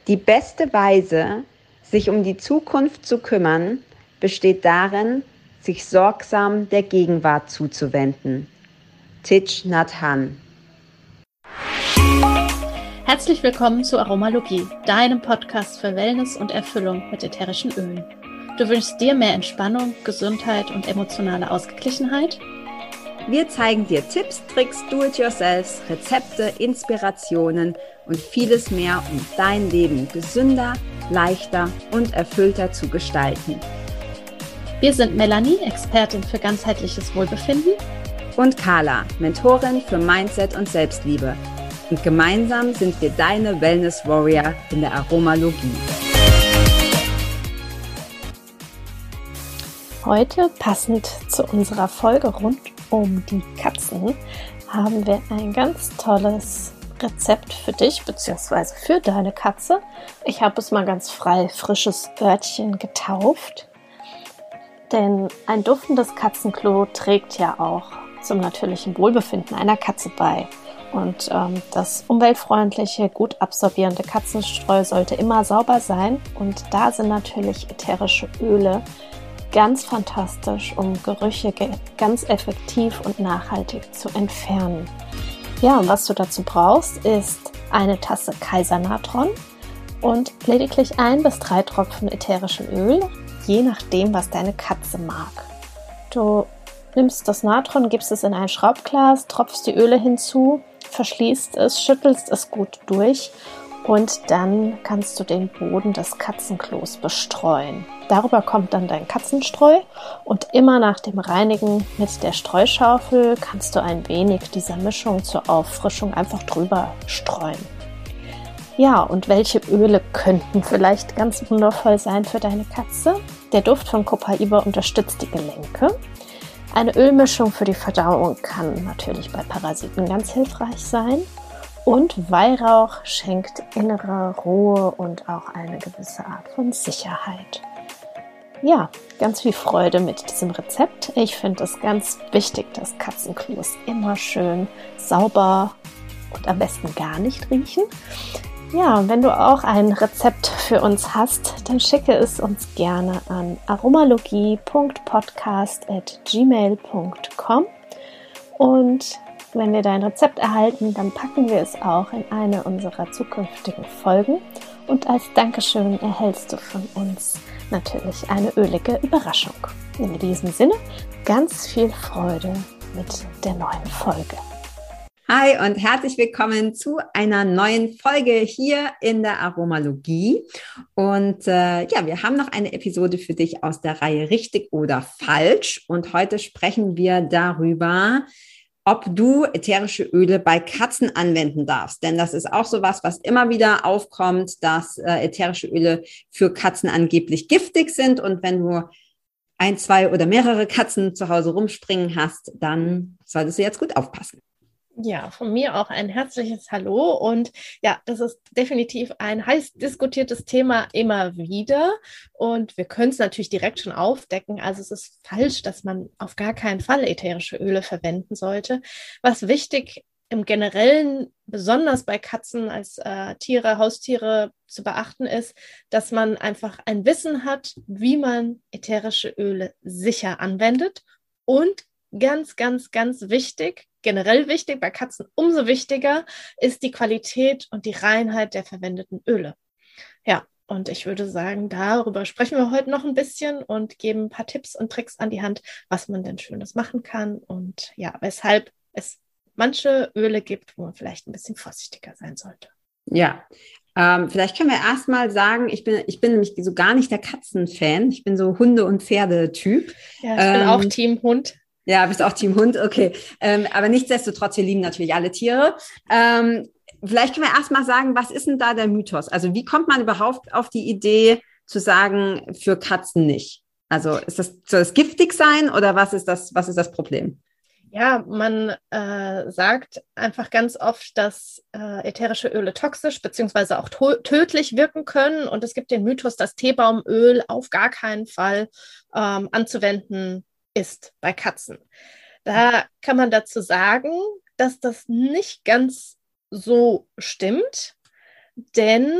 Die beste Weise, sich um die Zukunft zu kümmern, besteht darin, sich sorgsam der Gegenwart zuzuwenden. Thich Nhat Hanh. Herzlich willkommen zu Aromalogie, deinem Podcast für Wellness und Erfüllung mit ätherischen Ölen. Du wünschst dir mehr Entspannung, Gesundheit und emotionale Ausgeglichenheit? Wir zeigen dir Tipps, Tricks, Do-it-yourselfs, Rezepte, Inspirationen und vieles mehr, um dein Leben gesünder, leichter und erfüllter zu gestalten. Wir sind Melanie, Expertin für ganzheitliches Wohlbefinden, und Carla, Mentorin für Mindset und Selbstliebe. Und gemeinsam sind wir deine Wellness Warrior in der Aromalogie. Heute, passend zu unserer Folge rund um die Katzen, haben wir ein ganz tolles Rezept für dich bzw. für deine Katze. Ich habe es mal ganz frei frisches Örtchen getauft, denn ein duftendes Katzenklo trägt ja auch zum natürlichen Wohlbefinden einer Katze bei. Und das umweltfreundliche, gut absorbierende Katzenstreu sollte immer sauber sein. Und da sind natürlich ätherische Öle ganz fantastisch, um Gerüche ganz effektiv und nachhaltig zu entfernen. Ja, und was du dazu brauchst, ist eine Tasse Kaiser-Natron und lediglich 1 bis 3 Tropfen ätherischen Öl, je nachdem, was deine Katze mag. Du nimmst das Natron, gibst es in ein Schraubglas, tropfst die Öle hinzu, verschließt es, schüttelst es gut durch und dann kannst du den Boden des Katzenklos bestreuen. Darüber kommt dann dein Katzenstreu und immer nach dem Reinigen mit der Streuschaufel kannst du ein wenig dieser Mischung zur Auffrischung einfach drüber streuen. Ja, und welche Öle könnten vielleicht ganz wundervoll sein für deine Katze? Der Duft von Copaiba unterstützt die Gelenke. Eine Ölmischung für die Verdauung kann natürlich bei Parasiten ganz hilfreich sein. Und Weihrauch schenkt innere Ruhe und auch eine gewisse Art von Sicherheit. Ja, ganz viel Freude mit diesem Rezept. Ich finde es ganz wichtig, dass Katzenklos immer schön sauber und am besten gar nicht riechen. Ja, und wenn du auch ein Rezept für uns hast, dann schicke es uns gerne an aromalogie.podcast@gmail.com und wenn wir dein Rezept erhalten, dann packen wir es auch in eine unserer zukünftigen Folgen und als Dankeschön erhältst du von uns natürlich eine ölige Überraschung. In diesem Sinne, ganz viel Freude mit der neuen Folge. Hi und herzlich willkommen zu einer neuen Folge hier in der Aromalogie. Und wir haben noch eine Episode für dich aus der Reihe Richtig oder Falsch. Und heute sprechen wir darüber, ob du ätherische Öle bei Katzen anwenden darfst. Denn das ist auch sowas, was immer wieder aufkommt, dass ätherische Öle für Katzen angeblich giftig sind. Und wenn du 1, 2 oder mehrere Katzen zu Hause rumspringen hast, dann solltest du jetzt gut aufpassen. Ja, von mir auch ein herzliches Hallo und ja, das ist definitiv ein heiß diskutiertes Thema immer wieder und wir können es natürlich direkt schon aufdecken. Also es ist falsch, dass man auf gar keinen Fall ätherische Öle verwenden sollte. Was wichtig im Generellen, besonders bei Katzen als Haustiere zu beachten ist, dass man einfach ein Wissen hat, wie man ätherische Öle sicher anwendet und ganz, ganz, ganz wichtig, generell wichtig, bei Katzen umso wichtiger, ist die Qualität und die Reinheit der verwendeten Öle. Ja, und ich würde sagen, darüber sprechen wir heute noch ein bisschen und geben ein paar Tipps und Tricks an die Hand, was man denn Schönes machen kann und ja, weshalb es manche Öle gibt, wo man vielleicht ein bisschen vorsichtiger sein sollte. Ja, vielleicht können wir erstmal sagen, ich bin nämlich so gar nicht der Katzenfan. Ich bin so Hunde- und Pferdetyp. Ja, ich bin auch Team Hund. Ja, bist auch Team Hund, okay. Aber nichtsdestotrotz, wir lieben natürlich alle Tiere. Vielleicht können wir erstmal sagen, was ist denn da der Mythos? Also wie kommt man überhaupt auf die Idee zu sagen, für Katzen nicht? Also soll das giftig sein oder was ist das Problem? Ja, man sagt einfach ganz oft, dass ätherische Öle toxisch bzw. auch tödlich wirken können. Und es gibt den Mythos, dass Teebaumöl auf gar keinen Fall anzuwenden ist bei Katzen. Da kann man dazu sagen, dass das nicht ganz so stimmt, denn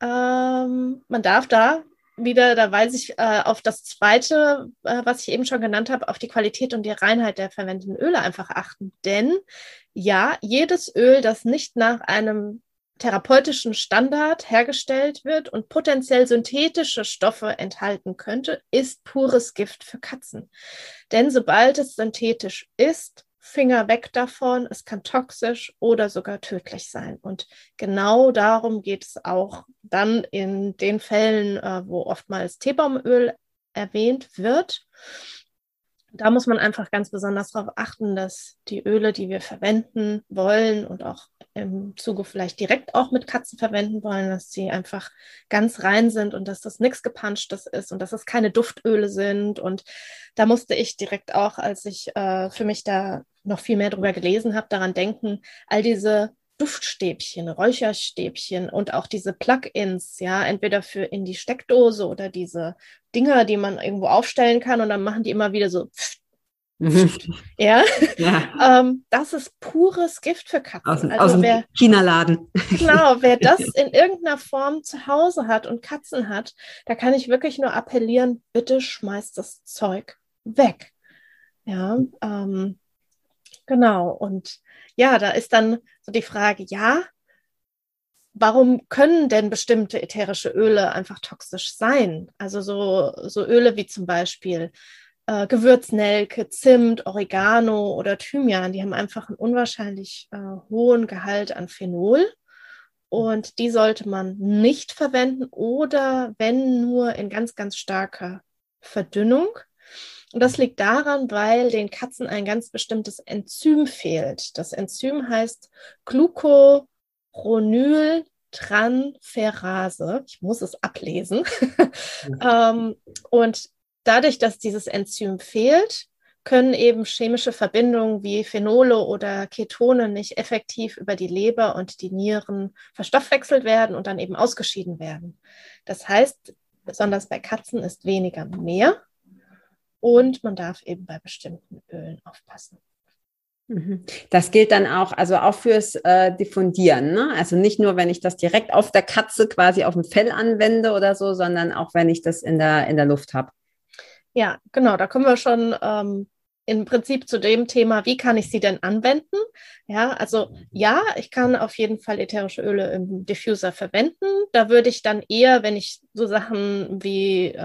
Man darf da wieder, da weise ich auf das Zweite, was ich eben schon genannt habe, auf die Qualität und die Reinheit der verwendeten Öle einfach achten. Denn ja, jedes Öl, das nicht nach einem therapeutischen Standard hergestellt wird und potenziell synthetische Stoffe enthalten könnte, ist pures Gift für Katzen. Denn sobald es synthetisch ist, Finger weg davon, es kann toxisch oder sogar tödlich sein. Und genau darum geht es auch dann in den Fällen, wo oftmals Teebaumöl erwähnt wird. Da muss man einfach ganz besonders darauf achten, dass die Öle, die wir verwenden wollen und auch im Zuge vielleicht direkt auch mit Katzen verwenden wollen, dass sie einfach ganz rein sind und dass das nichts Gepanschtes ist und dass es keine Duftöle sind. Und da musste ich direkt auch, als ich für mich da noch viel mehr drüber gelesen habe, daran denken, all diese Duftstäbchen, Räucherstäbchen und auch diese Plugins, ja, entweder für in die Steckdose oder diese Dinger, die man irgendwo aufstellen kann und dann machen die immer wieder so, ja, Ja. Das ist pures Gift für Katzen. Aus Also dem China-Laden. genau, wer das in irgendeiner Form zu Hause hat und Katzen hat, da kann ich wirklich nur appellieren, bitte schmeißt das Zeug weg. Ja, genau. Und ja, da ist dann so die Frage, ja, warum können denn bestimmte ätherische Öle einfach toxisch sein? Also so Öle wie zum Beispiel Gewürznelke, Zimt, Oregano oder Thymian, die haben einfach einen unwahrscheinlich hohen Gehalt an Phenol. Und die sollte man nicht verwenden oder wenn nur in ganz, ganz starker Verdünnung. Und das liegt daran, weil den Katzen ein ganz bestimmtes Enzym fehlt. Das Enzym heißt Glucuronyltransferase. Ich muss es ablesen. Und dadurch, dass dieses Enzym fehlt, können eben chemische Verbindungen wie Phenole oder Ketone nicht effektiv über die Leber und die Nieren verstoffwechselt werden und dann eben ausgeschieden werden. Das heißt, besonders bei Katzen ist weniger mehr. Und man darf eben bei bestimmten Ölen aufpassen. Das gilt dann auch, also auch fürs Diffundieren, ne? Also nicht nur, wenn ich das direkt auf der Katze quasi auf dem Fell anwende oder so, sondern auch, wenn ich das in der Luft habe. Ja, genau, da kommen wir schon im Prinzip zu dem Thema, wie kann ich sie denn anwenden? Ja, also ja, ich kann auf jeden Fall ätherische Öle im Diffuser verwenden. Da würde ich dann eher, wenn ich so Sachen wie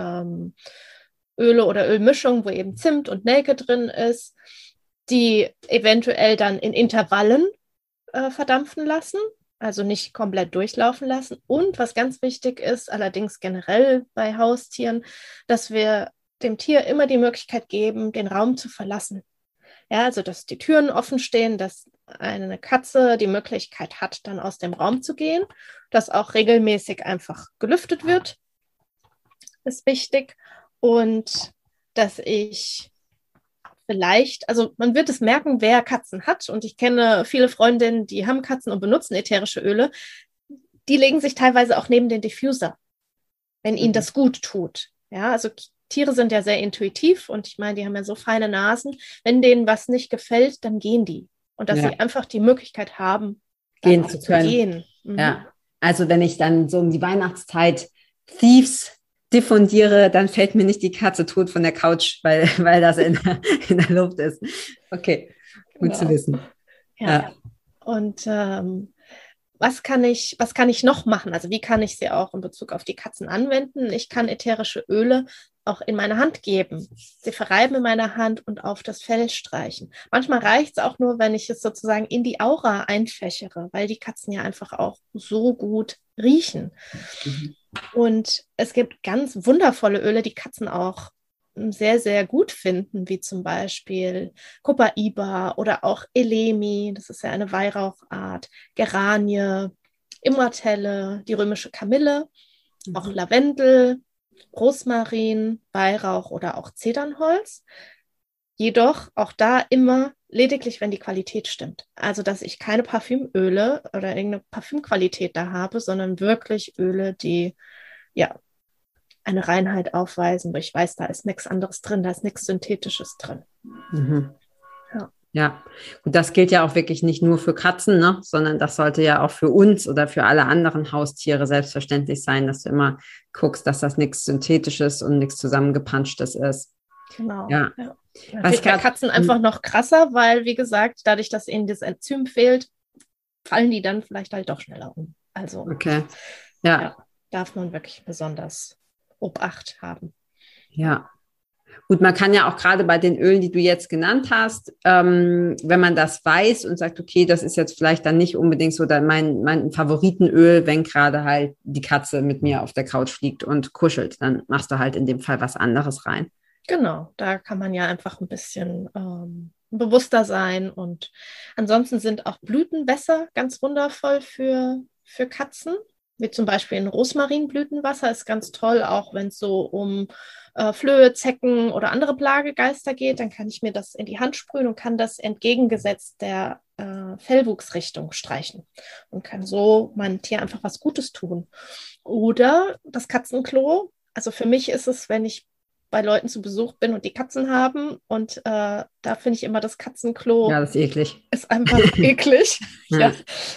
Öle oder Ölmischung, wo eben Zimt und Nelke drin ist, die eventuell dann in Intervallen verdampfen lassen, also nicht komplett durchlaufen lassen. Und was ganz wichtig ist, allerdings generell bei Haustieren, dass wir dem Tier immer die Möglichkeit geben, den Raum zu verlassen. Ja, also dass die Türen offen stehen, dass eine Katze die Möglichkeit hat, dann aus dem Raum zu gehen, dass auch regelmäßig einfach gelüftet wird, ist wichtig. Und dass ich vielleicht, also man wird es merken, wer Katzen hat. Und ich kenne viele Freundinnen, die haben Katzen und benutzen ätherische Öle. Die legen sich teilweise auch neben den Diffuser, wenn ihnen das gut tut. Ja, also Tiere sind ja sehr intuitiv und ich meine, die haben ja so feine Nasen. Wenn denen was nicht gefällt, dann gehen die. Und dass sie einfach die Möglichkeit haben, gehen zu können. Gehen. Ja, also wenn ich dann so um die Weihnachtszeit Thieves diffundiere, dann fällt mir nicht die Katze tot von der Couch, weil das in der Luft ist. Okay, gut zu wissen. Ja. Und was kann ich noch machen? Also wie kann ich sie auch in Bezug auf die Katzen anwenden? Ich kann ätherische Öle auch in meine Hand geben. Sie verreiben in meiner Hand und auf das Fell streichen. Manchmal reicht es auch nur, wenn ich es sozusagen in die Aura einfächere, weil die Katzen ja einfach auch so gut riechen. Und es gibt ganz wundervolle Öle, die Katzen auch sehr, sehr gut finden, wie zum Beispiel Copaiba oder auch Elemi, das ist ja eine Weihrauchart, Geranie, Immortelle, die römische Kamille, auch Lavendel, Rosmarin, Weihrauch oder auch Zedernholz. Jedoch auch da immer lediglich, wenn die Qualität stimmt. Also, dass ich keine Parfümöle oder irgendeine Parfümqualität da habe, sondern wirklich Öle, die ja eine Reinheit aufweisen, wo ich weiß, da ist nichts anderes drin, da ist nichts Synthetisches drin. Mhm. Ja. Ja, und das gilt ja auch wirklich nicht nur für Katzen, ne? Sondern das sollte ja auch für uns oder für alle anderen Haustiere selbstverständlich sein, dass du immer guckst, dass das nichts Synthetisches und nichts Zusammengepanschtes ist. Genau. Ja, Ja. was ich Natürlich bei gerade, Katzen einfach noch krasser, weil, wie gesagt, dadurch, dass ihnen das Enzym fehlt, fallen die dann vielleicht halt doch schneller um. Also, okay, ja, ja, darf man wirklich besonders Obacht haben. Ja. ja. Gut, man kann ja auch gerade bei den Ölen, die du jetzt genannt hast, wenn man das weiß und sagt, okay, das ist jetzt vielleicht dann nicht unbedingt so mein Favoritenöl, wenn gerade halt die Katze mit mir auf der Couch liegt und kuschelt, dann machst du halt in dem Fall was anderes rein. Genau, da kann man ja einfach ein bisschen bewusster sein. Und ansonsten sind auch Blütenwässer ganz wundervoll für Katzen, wie zum Beispiel ein Rosmarinblütenwasser ist ganz toll, auch wenn es so um Flöhe, Zecken oder andere Plagegeister geht, dann kann ich mir das in die Hand sprühen und kann das entgegengesetzt der Fellwuchsrichtung streichen und kann so meinem Tier einfach was Gutes tun. Oder das Katzenklo. Also für mich ist es, wenn ich bei Leuten zu Besuch bin und die Katzen haben. Und da finde ich immer, das Katzenklo Ja, das ist eklig. ist einfach eklig. Ja. Ja.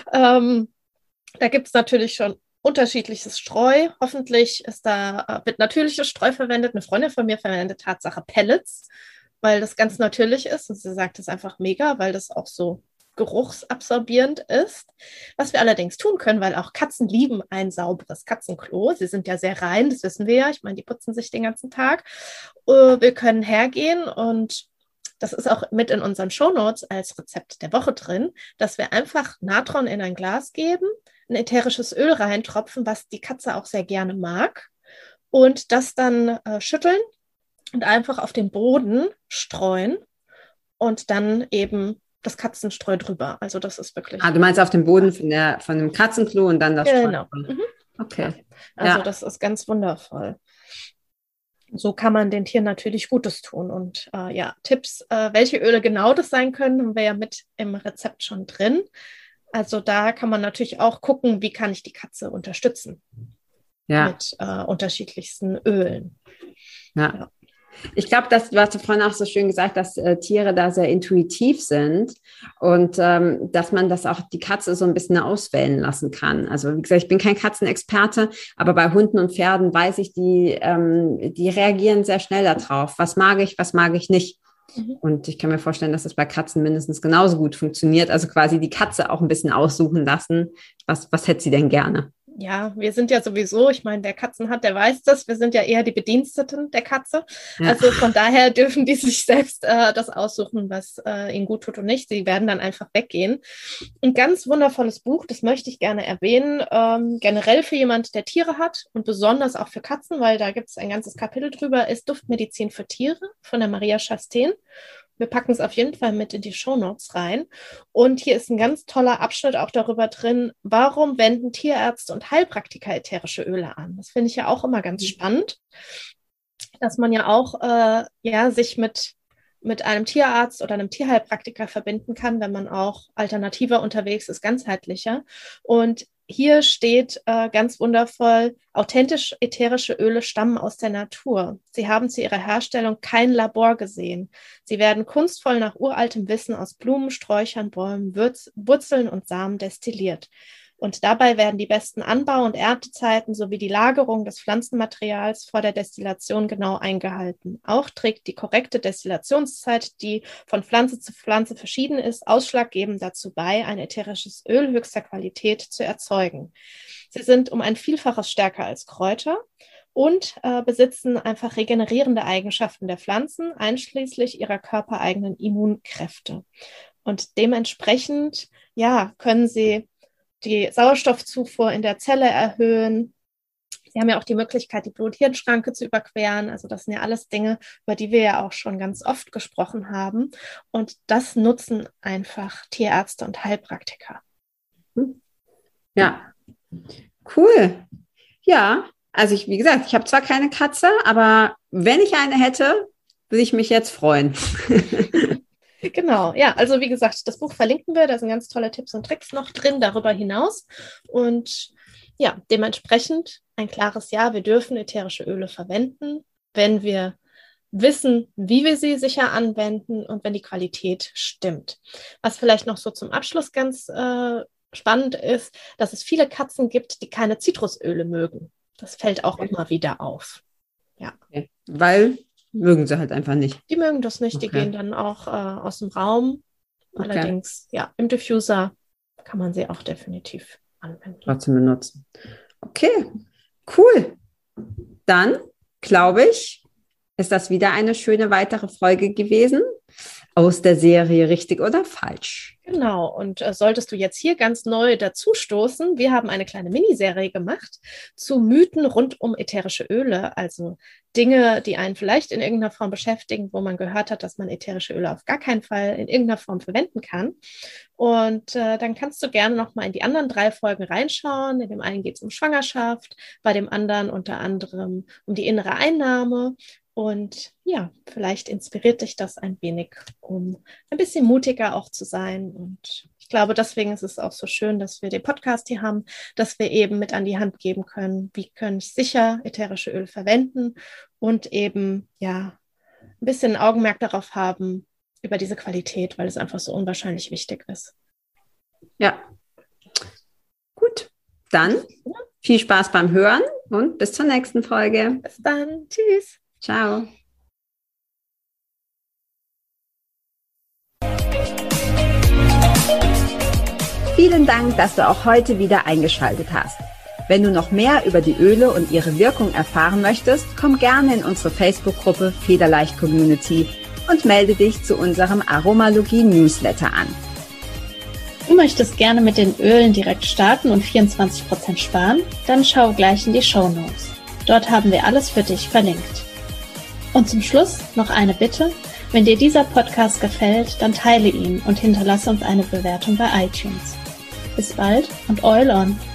Da gibt es natürlich schon unterschiedliches Streu. Hoffentlich wird natürliches Streu verwendet. Eine Freundin von mir verwendet Tatsache Pellets, weil das ganz natürlich ist. Und sie sagt, das ist einfach mega, weil das auch so geruchsabsorbierend ist. Was wir allerdings tun können, weil auch Katzen lieben ein sauberes Katzenklo. Sie sind ja sehr rein, das wissen wir ja. Ich meine, die putzen sich den ganzen Tag. Wir können hergehen und das ist auch mit in unseren Shownotes als Rezept der Woche drin, dass wir einfach Natron in ein Glas geben, ein ätherisches Öl reintropfen, was die Katze auch sehr gerne mag, und das dann schütteln und einfach auf den Boden streuen und dann eben das Katzenstreu drüber. Also das ist wirklich. Ah, du meinst auf dem Boden von dem Katzenklo und dann das Streu. Genau. Mhm. Okay. Ja. Also Ja. das ist ganz wundervoll. So kann man den Tieren natürlich Gutes tun. Und ja, Tipps, welche Öle genau das sein können, haben wir ja mit im Rezept schon drin. Also da kann man natürlich auch gucken, wie kann ich die Katze unterstützen Ja. mit unterschiedlichsten Ölen. Ja. Ja. Ich glaube, du hast ja vorhin auch so schön gesagt, dass Tiere da sehr intuitiv sind und dass man das auch die Katze so ein bisschen auswählen lassen kann. Also wie gesagt, ich bin kein Katzenexperte, aber bei Hunden und Pferden weiß ich, die reagieren sehr schnell darauf. Was mag ich nicht? Mhm. Und ich kann mir vorstellen, dass das bei Katzen mindestens genauso gut funktioniert. Also quasi die Katze auch ein bisschen aussuchen lassen. Was hätte sie denn gerne? Ja, wir sind ja sowieso, ich meine, der Katzenhart, der weiß das, wir sind ja eher die Bediensteten der Katze. Ja. Also von daher dürfen die sich selbst das aussuchen, was ihnen gut tut und nicht. Sie werden dann einfach weggehen. Ein ganz wundervolles Buch, das möchte ich gerne erwähnen, generell für jemand, der Tiere hat und besonders auch für Katzen, weil da gibt es ein ganzes Kapitel drüber, ist Duftmedizin für Tiere von der Maria Chastain. Wir packen es auf jeden Fall mit in die Shownotes rein. Und hier ist ein ganz toller Abschnitt auch darüber drin, warum wenden Tierärzte und Heilpraktiker ätherische Öle an. Das finde ich ja auch immer ganz spannend, dass man ja auch sich mit einem Tierarzt oder einem Tierheilpraktiker verbinden kann, wenn man auch alternativer unterwegs ist, ganzheitlicher. Und hier steht ganz wundervoll, authentisch ätherische Öle stammen aus der Natur. Sie haben zu ihrer Herstellung kein Labor gesehen. Sie werden kunstvoll nach uraltem Wissen aus Blumen, Sträuchern, Bäumen, Wurzeln und Samen destilliert. Und dabei werden die besten Anbau- und Erntezeiten sowie die Lagerung des Pflanzenmaterials vor der Destillation genau eingehalten. Auch trägt die korrekte Destillationszeit, die von Pflanze zu Pflanze verschieden ist, ausschlaggebend dazu bei, ein ätherisches Öl höchster Qualität zu erzeugen. Sie sind um ein Vielfaches stärker als Kräuter und besitzen einfach regenerierende Eigenschaften der Pflanzen, einschließlich ihrer körpereigenen Immunkräfte. Und dementsprechend, ja, können sie die Sauerstoffzufuhr in der Zelle erhöhen. Sie haben ja auch die Möglichkeit, die Blut-Hirn-Schranke zu überqueren. Also das sind ja alles Dinge, über die wir ja auch schon ganz oft gesprochen haben. Und das nutzen einfach Tierärzte und Heilpraktiker. Ja, cool. Ja, also wie gesagt, ich habe zwar keine Katze, aber wenn ich eine hätte, würde ich mich jetzt freuen. Genau, ja, also wie gesagt, das Buch verlinken wir, da sind ganz tolle Tipps und Tricks noch drin, darüber hinaus. Und ja, dementsprechend ein klares Ja, wir dürfen ätherische Öle verwenden, wenn wir wissen, wie wir sie sicher anwenden und wenn die Qualität stimmt. Was vielleicht noch so zum Abschluss ganz spannend ist, dass es viele Katzen gibt, die keine Zitrusöle mögen. Das fällt auch immer wieder auf. Ja. Okay. Weil mögen sie halt einfach nicht. Die mögen das nicht, die gehen dann auch aus dem Raum. Allerdings, ja, im Diffuser kann man sie auch definitiv anwenden. Trotzdem benutzen. Okay, cool. Dann, glaube ich, ist das wieder eine schöne weitere Folge gewesen aus der Serie Richtig oder Falsch. Genau, und solltest du jetzt hier ganz neu dazustoßen, wir haben eine kleine Miniserie gemacht zu Mythen rund um ätherische Öle, also Dinge, die einen vielleicht in irgendeiner Form beschäftigen, wo man gehört hat, dass man ätherische Öle auf gar keinen Fall in irgendeiner Form verwenden kann. Und dann kannst du gerne nochmal in die anderen 3 Folgen reinschauen. In dem einen geht es um Schwangerschaft, bei dem anderen unter anderem um die innere Einnahme. Und ja, vielleicht inspiriert dich das ein wenig, um ein bisschen mutiger auch zu sein. Und ich glaube, deswegen ist es auch so schön, dass wir den Podcast hier haben, dass wir eben mit an die Hand geben können, wie kann ich sicher ätherische Öle verwenden und eben ja ein bisschen Augenmerk darauf haben über diese Qualität, weil es einfach so unwahrscheinlich wichtig ist. Ja, gut. Dann viel Spaß beim Hören und bis zur nächsten Folge. Bis dann. Tschüss. Ciao. Vielen Dank, dass du auch heute wieder eingeschaltet hast. Wenn du noch mehr über die Öle und ihre Wirkung erfahren möchtest, komm gerne in unsere Facebook-Gruppe Federleicht Community und melde dich zu unserem Aromalogie-Newsletter an. Du möchtest gerne mit den Ölen direkt starten und 24% sparen? Dann schau gleich in die Shownotes. Dort haben wir alles für dich verlinkt. Und zum Schluss noch eine Bitte. Wenn dir dieser Podcast gefällt, dann teile ihn und hinterlasse uns eine Bewertung bei iTunes. Bis bald und Oil on!